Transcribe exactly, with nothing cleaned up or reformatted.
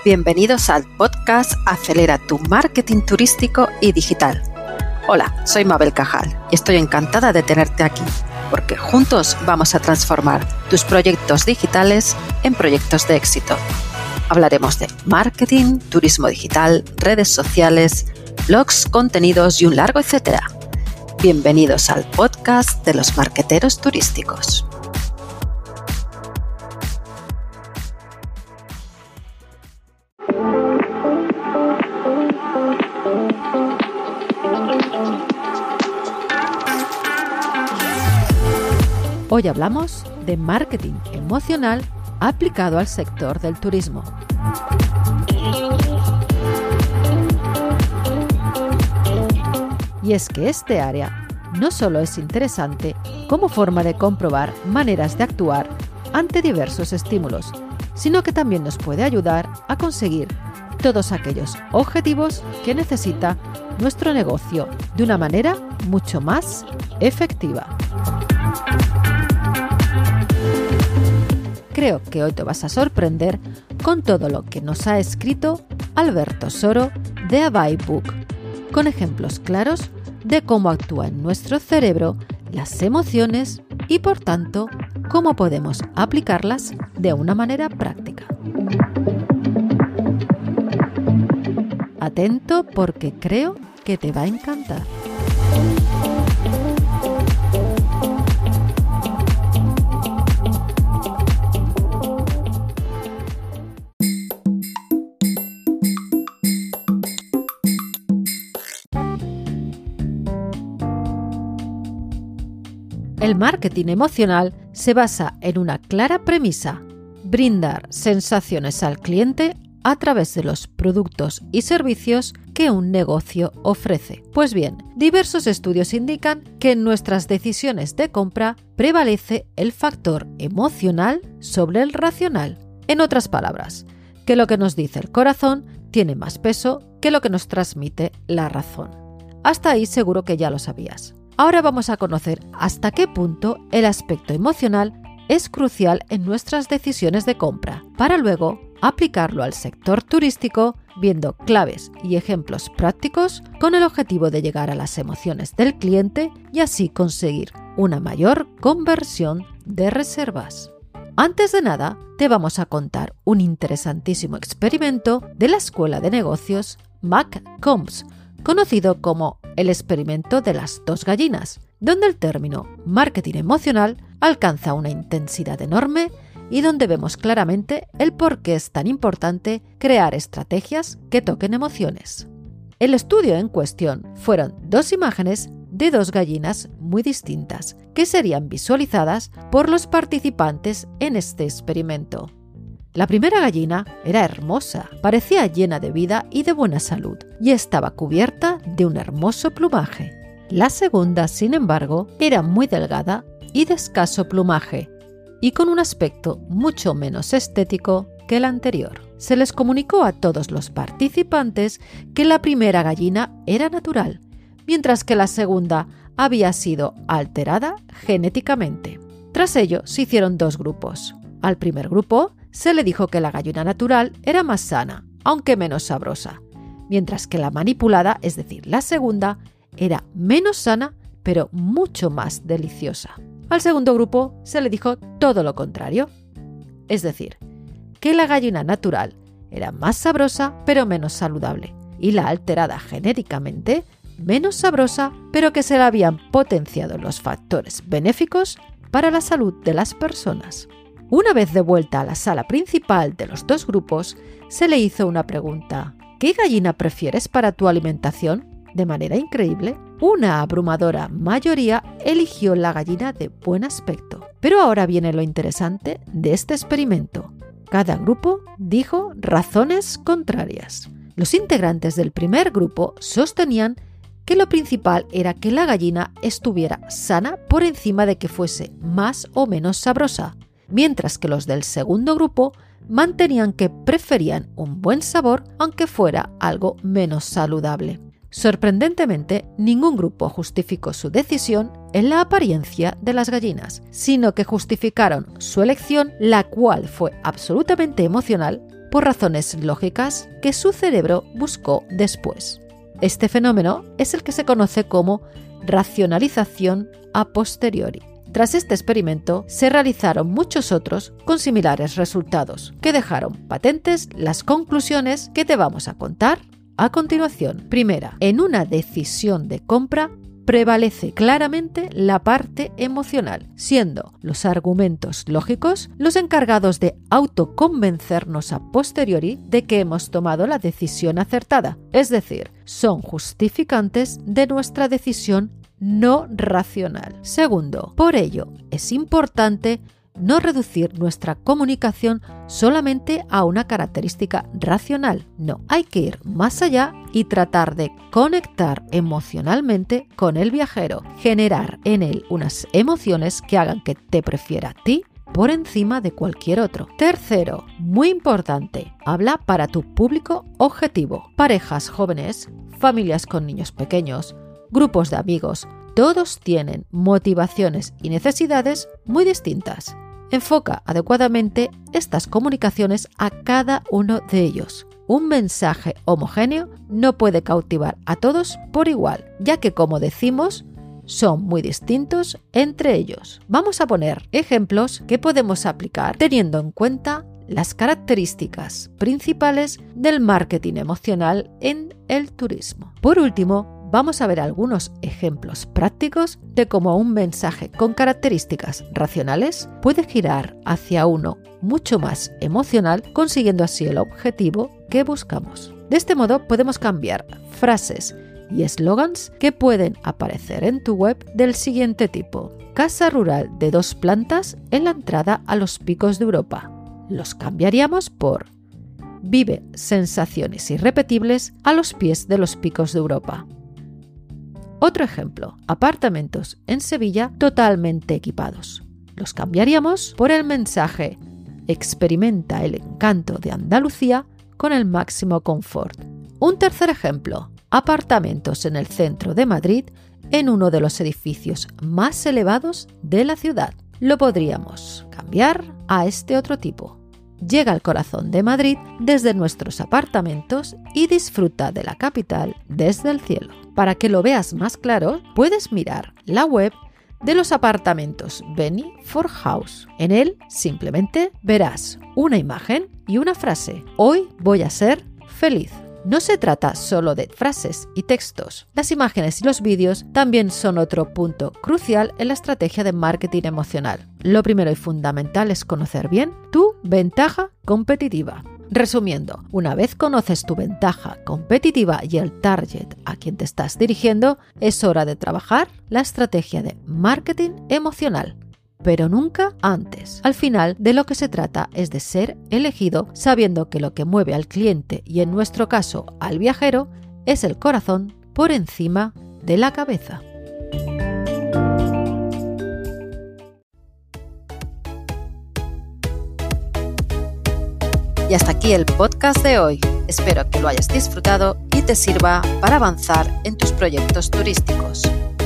Bienvenidos al podcast Acelera tu marketing turístico y digital. Hola, soy Mabel Cajal y estoy encantada de tenerte aquí, porque juntos vamos a transformar tus proyectos digitales en proyectos de éxito. Hablaremos de marketing, turismo digital, redes sociales, blogs, contenidos y un largo etcétera. Bienvenidos al podcast de los marketeros turísticos. Hoy hablamos de marketing emocional aplicado al sector del turismo. Y es que este área no solo es interesante como forma de comprobar maneras de actuar ante diversos estímulos, sino que también nos puede ayudar a conseguir todos aquellos objetivos que necesita nuestro negocio de una manera mucho más efectiva. Creo que hoy te vas a sorprender con todo lo que nos ha escrito Alberto Soro de Avibook, con ejemplos claros de cómo actúa en nuestro cerebro las emociones y, por tanto, cómo podemos aplicarlas de una manera práctica. Atento porque creo que te va a encantar. El marketing emocional se basa en una clara premisa: brindar sensaciones al cliente a través de los productos y servicios que un negocio ofrece. Pues bien, diversos estudios indican que en nuestras decisiones de compra prevalece el factor emocional sobre el racional. En otras palabras, que lo que nos dice el corazón tiene más peso que lo que nos transmite la razón. Hasta ahí seguro que ya lo sabías. Ahora vamos a conocer hasta qué punto el aspecto emocional es crucial en nuestras decisiones de compra, para luego aplicarlo al sector turístico, viendo claves y ejemplos prácticos con el objetivo de llegar a las emociones del cliente y así conseguir una mayor conversión de reservas. Antes de nada, te vamos a contar un interesantísimo experimento de la Escuela de Negocios McCombs, conocido como el experimento de las dos gallinas, donde el término marketing emocional alcanza una intensidad enorme y donde vemos claramente el por qué es tan importante crear estrategias que toquen emociones. El estudio en cuestión fueron dos imágenes de dos gallinas muy distintas que serían visualizadas por los participantes en este experimento. La primera gallina era hermosa, parecía llena de vida y de buena salud, y estaba cubierta de un hermoso plumaje. La segunda, sin embargo, era muy delgada y de escaso plumaje, y con un aspecto mucho menos estético que la anterior. Se les comunicó a todos los participantes que la primera gallina era natural, mientras que la segunda había sido alterada genéticamente. Tras ello, se hicieron dos grupos. Al primer grupo se le dijo que la gallina natural era más sana, aunque menos sabrosa, mientras que la manipulada, es decir, la segunda, era menos sana, pero mucho más deliciosa. Al segundo grupo se le dijo todo lo contrario, es decir, que la gallina natural era más sabrosa, pero menos saludable, y la alterada genéticamente, menos sabrosa, pero que se le habían potenciado los factores benéficos para la salud de las personas. Una vez de vuelta a la sala principal de los dos grupos, se le hizo una pregunta: ¿qué gallina prefieres para tu alimentación? De manera increíble, una abrumadora mayoría eligió la gallina de buen aspecto. Pero ahora viene lo interesante de este experimento. Cada grupo dijo razones contrarias. Los integrantes del primer grupo sostenían que lo principal era que la gallina estuviera sana por encima de que fuese más o menos sabrosa, mientras que los del segundo grupo mantenían que preferían un buen sabor aunque fuera algo menos saludable. Sorprendentemente, ningún grupo justificó su decisión en la apariencia de las gallinas, sino que justificaron su elección, la cual fue absolutamente emocional, por razones lógicas que su cerebro buscó después. Este fenómeno es el que se conoce como racionalización a posteriori. Tras este experimento, se realizaron muchos otros con similares resultados, que dejaron patentes las conclusiones que te vamos a contar a continuación. Primera, en una decisión de compra prevalece claramente la parte emocional, siendo los argumentos lógicos los encargados de autoconvencernos a posteriori de que hemos tomado la decisión acertada, es decir, son justificantes de nuestra decisión no racional. Segundo, por ello es importante no reducir nuestra comunicación solamente a una característica racional. No, hay que ir más allá y tratar de conectar emocionalmente con el viajero, generar en él unas emociones que hagan que te prefiera a ti por encima de cualquier otro. Tercero, muy importante, habla para tu público objetivo. Parejas jóvenes, familias con niños pequeños, grupos de amigos, todos tienen motivaciones y necesidades muy distintas. Enfoca adecuadamente estas comunicaciones a cada uno de ellos. Un mensaje homogéneo no puede cautivar a todos por igual, ya que, como decimos, son muy distintos entre ellos. Vamos a poner ejemplos que podemos aplicar teniendo en cuenta las características principales del marketing emocional en el turismo. Por último, vamos a ver algunos ejemplos prácticos de cómo un mensaje con características racionales puede girar hacia uno mucho más emocional, consiguiendo así el objetivo que buscamos. De este modo podemos cambiar frases y eslogans que pueden aparecer en tu web del siguiente tipo: casa rural de dos plantas en la entrada a los picos de Europa. Los cambiaríamos por vive sensaciones irrepetibles a los pies de los picos de Europa. Otro ejemplo, apartamentos en Sevilla totalmente equipados. Los cambiaríamos por el mensaje: experimenta el encanto de Andalucía con el máximo confort. Un tercer ejemplo, apartamentos en el centro de Madrid en uno de los edificios más elevados de la ciudad. Lo podríamos cambiar a este otro tipo: llega al corazón de Madrid desde nuestros apartamentos y disfruta de la capital desde el cielo. Para que lo veas más claro, puedes mirar la web de los apartamentos Beni for House. En él simplemente verás una imagen y una frase: hoy voy a ser feliz. No se trata solo de frases y textos. Las imágenes y los vídeos también son otro punto crucial en la estrategia de marketing emocional. Lo primero y fundamental es conocer bien tu ventaja competitiva. Resumiendo, una vez conoces tu ventaja competitiva y el target a quien te estás dirigiendo, es hora de trabajar la estrategia de marketing emocional, pero nunca antes. Al final, de lo que se trata es de ser elegido sabiendo que lo que mueve al cliente y, en nuestro caso, al viajero, es el corazón por encima de la cabeza. Y hasta aquí el podcast de hoy. Espero que lo hayas disfrutado y te sirva para avanzar en tus proyectos turísticos.